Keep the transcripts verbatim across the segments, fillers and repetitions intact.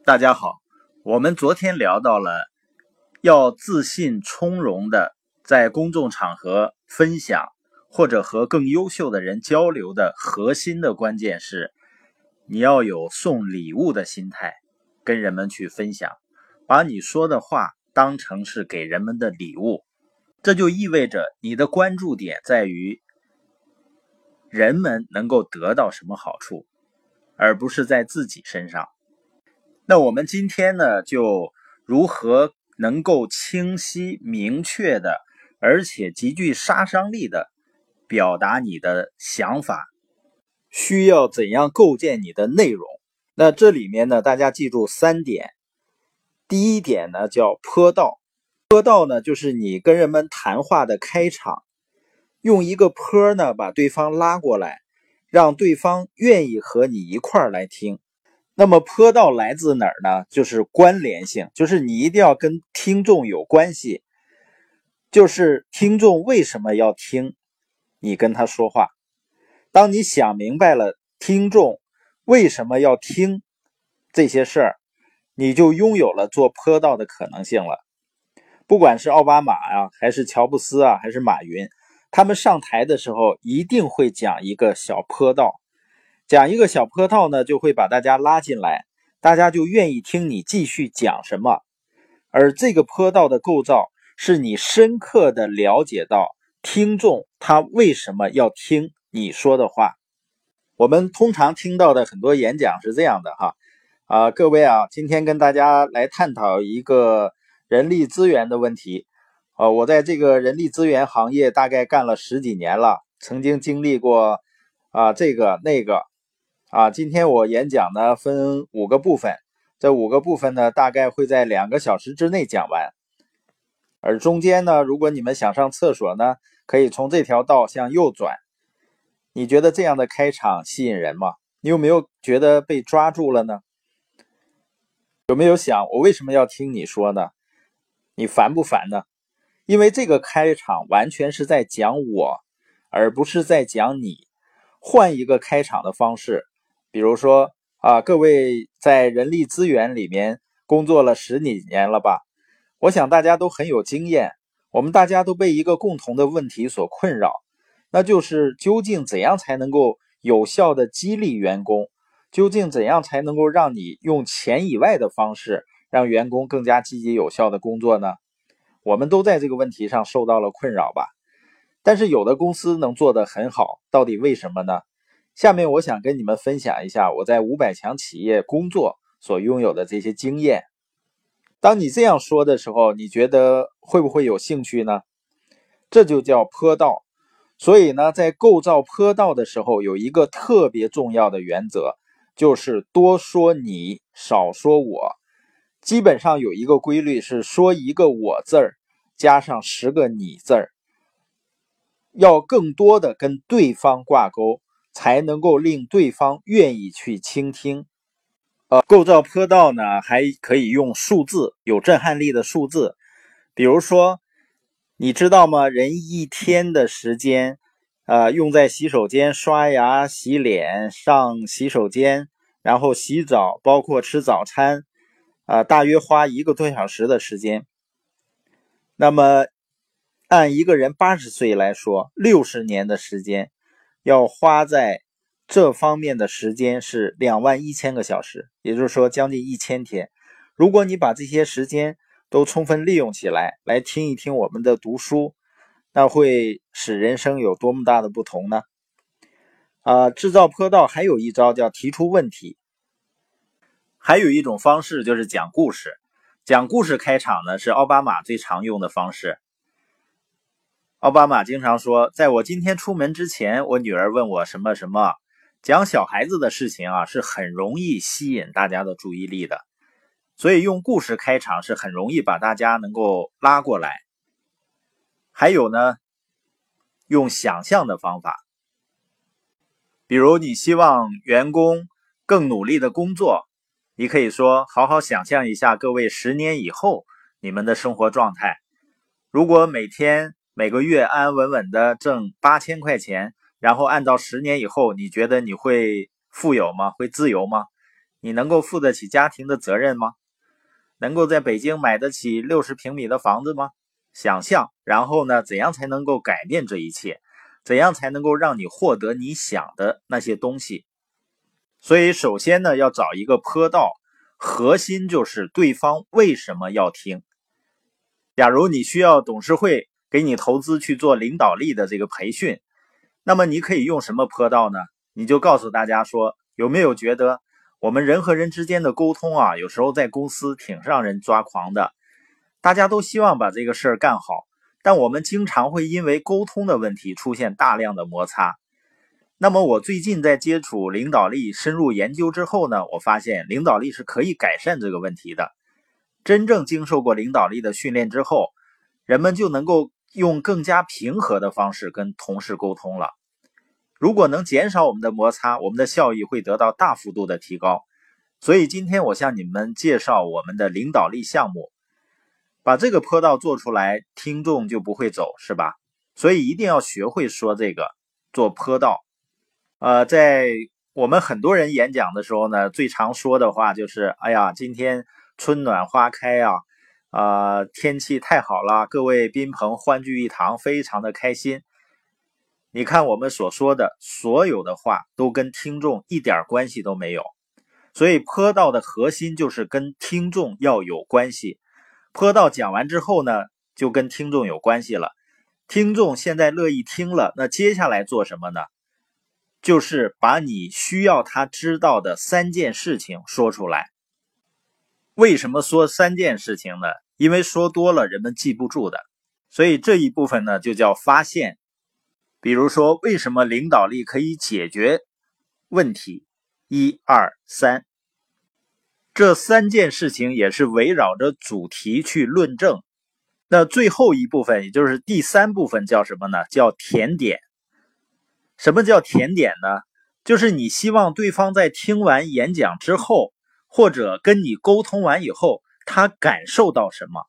大家好，我们昨天聊到了要自信从容的在公众场合分享或者和更优秀的人交流的核心的关键是你要有送礼物的心态，跟人们去分享，把你说的话当成是给人们的礼物。这就意味着你的关注点在于人们能够得到什么好处，而不是在自己身上。那我们今天呢，就如何能够清晰明确的而且极具杀伤力的表达你的想法，需要怎样构建你的内容。那这里面呢，大家记住三点。第一点呢，叫坡道。坡道呢，就是你跟人们谈话的开场，用一个坡呢把对方拉过来，让对方愿意和你一块儿来听。那么坡道来自哪儿呢？就是关联性，就是你一定要跟听众有关系，就是听众为什么要听你跟他说话。当你想明白了听众为什么要听这些事儿，你就拥有了做坡道的可能性了。不管是奥巴马啊，还是乔布斯啊，还是马云，他们上台的时候一定会讲一个小坡道。讲一个小坡道呢，就会把大家拉进来，大家就愿意听你继续讲什么。而这个坡道的构造是你深刻的了解到听众他为什么要听你说的话。我们通常听到的很多演讲是这样的哈，啊，各位啊，今天跟大家来探讨一个人力资源的问题。呃，我在这个人力资源行业大概干了十几年了，曾经经历过啊这个那个。啊，今天我演讲呢分五个部分，这五个部分呢大概会在两个小时之内讲完。而中间呢，如果你们想上厕所呢，可以从这条道向右转。你觉得这样的开场吸引人吗？你有没有觉得被抓住了呢？有没有想我为什么要听你说呢？你烦不烦呢？因为这个开场完全是在讲我，而不是在讲你。换一个开场的方式，比如说啊，各位在人力资源里面工作了十几年了吧？我想大家都很有经验，我们大家都被一个共同的问题所困扰，那就是究竟怎样才能够有效的激励员工？究竟怎样才能够让你用钱以外的方式让员工更加积极有效的工作呢？我们都在这个问题上受到了困扰吧？但是有的公司能做得很好，到底为什么呢？下面我想跟你们分享一下我在五百强企业工作所拥有的这些经验。当你这样说的时候，你觉得会不会有兴趣呢？这就叫坡道。所以呢，在构造坡道的时候，有一个特别重要的原则，就是多说你，少说我。基本上有一个规律是说一个我字儿，加上十个你字儿。要更多的跟对方挂钩，才能够令对方愿意去倾听。呃，构造坡道呢，还可以用数字，有震撼力的数字。比如说，你知道吗？人一天的时间，呃，用在洗手间刷牙、洗脸、上洗手间，然后洗澡，包括吃早餐，啊、呃，大约花一个多小时的时间。那么按一个人八十岁来说，六十年的时间要花在这方面的时间是两万一千个小时，也就是说将近一千天。如果你把这些时间都充分利用起来，来听一听我们的读书，那会使人生有多么大的不同呢？啊，制造坡道还有一招叫提出问题。还有一种方式就是讲故事。讲故事开场呢，是奥巴马最常用的方式。奥巴马经常说，在我今天出门之前，我女儿问我什么什么。讲小孩子的事情啊，是很容易吸引大家的注意力的，所以用故事开场是很容易把大家能够拉过来。还有呢，用想象的方法，比如你希望员工更努力的工作，你可以说，好好想象一下各位十年以后你们的生活状态。如果每天每个月安安稳稳的挣八千块钱，然后按照十年以后，你觉得你会富有吗？会自由吗？ 你能够负得起家庭的责任吗？能够在北京买得起六十平米的房子吗？想象，然后呢，怎样才能够改变这一切？怎样才能够让你获得你想的那些东西？所以首先呢，要找一个坡道，核心就是对方为什么要听。假如你需要董事会给你投资去做领导力的这个培训，那么你可以用什么坡道呢？你就告诉大家说，有没有觉得我们人和人之间的沟通啊，有时候在公司挺让人抓狂的，大家都希望把这个事儿干好，但我们经常会因为沟通的问题出现大量的摩擦。那么我最近在接触领导力深入研究之后呢，我发现领导力是可以改善这个问题的。真正经受过领导力的训练之后，人们就能够用更加平和的方式跟同事沟通了。如果能减少我们的摩擦，我们的效益会得到大幅度的提高。所以今天我向你们介绍我们的领导力项目，把这个坡道做出来，听众就不会走，是吧？所以一定要学会说这个做坡道。呃，在我们很多人演讲的时候呢，最常说的话就是哎呀，今天春暖花开啊，呃，天气太好了，各位宾朋欢聚一堂，非常的开心。你看我们所说的所有的话都跟听众一点关系都没有，所以坡道的核心就是跟听众要有关系。坡道讲完之后呢，就跟听众有关系了。听众现在乐意听了，那接下来做什么呢？就是把你需要他知道的三件事情说出来。为什么说三件事情呢？因为说多了人们记不住的。所以这一部分呢就叫发现。比如说，为什么领导力可以解决问题？一、二、三。这三件事情也是围绕着主题去论证。那最后一部分，也就是第三部分叫什么呢？叫甜点。什么叫甜点呢？就是你希望对方在听完演讲之后，或者跟你沟通完以后，他感受到什么？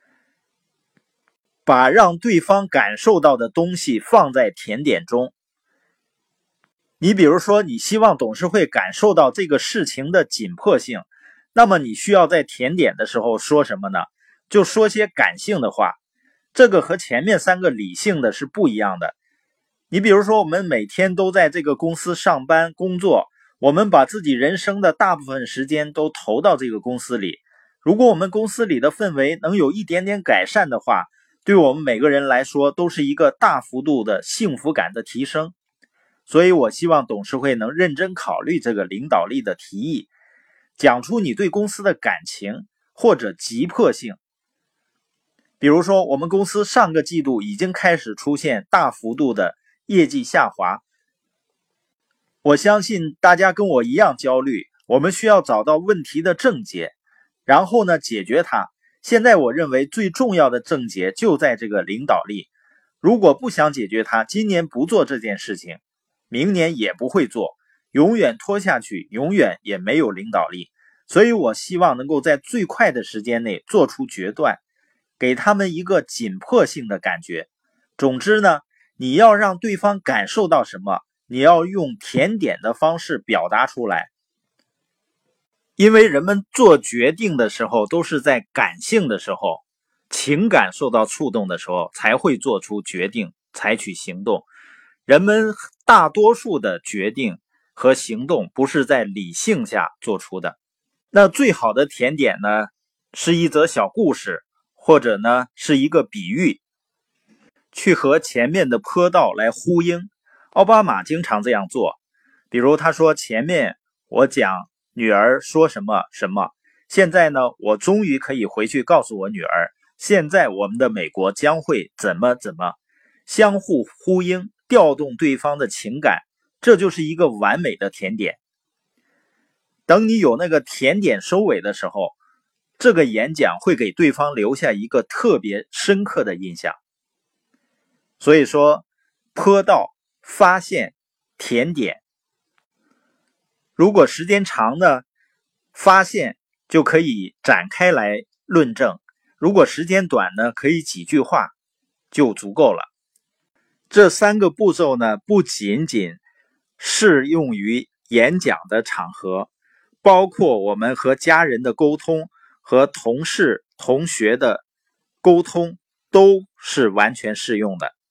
把让对方感受到的东西放在甜点中。你比如说，你希望董事会感受到这个事情的紧迫性，那么你需要在甜点的时候说什么呢？就说些感性的话。这个和前面三个理性的是不一样的。你比如说，我们每天都在这个公司上班工作，我们把自己人生的大部分时间都投到这个公司里。如果我们公司里的氛围能有一点点改善的话，对我们每个人来说都是一个大幅度的幸福感的提升。所以我希望董事会能认真考虑这个领导力的提议，讲出你对公司的感情或者急迫性。比如说，我们公司上个季度已经开始出现大幅度的业绩下滑，我相信大家跟我一样焦虑，我们需要找到问题的症结，然后呢解决它。现在我认为最重要的症结就在这个领导力。如果不想解决它，今年不做这件事情，明年也不会做，永远拖下去，永远也没有领导力。所以我希望能够在最快的时间内做出决断，给他们一个紧迫性的感觉。总之呢，你要让对方感受到什么，你要用甜点的方式表达出来。因为人们做决定的时候都是在感性的时候，情感受到触动的时候才会做出决定，采取行动。人们大多数的决定和行动不是在理性下做出的。那最好的甜点呢，是一则小故事，或者呢是一个比喻，去和前面的坡道来呼应。奥巴马经常这样做，比如他说，前面我讲女儿说什么什么，现在呢我终于可以回去告诉我女儿，现在我们的美国将会怎么怎么，相互呼应，调动对方的情感，这就是一个完美的甜点。等你有那个甜点收尾的时候，这个演讲会给对方留下一个特别深刻的印象。所以说，坡道、发现、甜点。如果时间长呢，发现就可以展开来论证；如果时间短呢，可以几句话就足够了。这三个步骤呢，不仅仅适用于演讲的场合， 包括我们和家人的沟通和同事、同学的沟通都是完全适用的。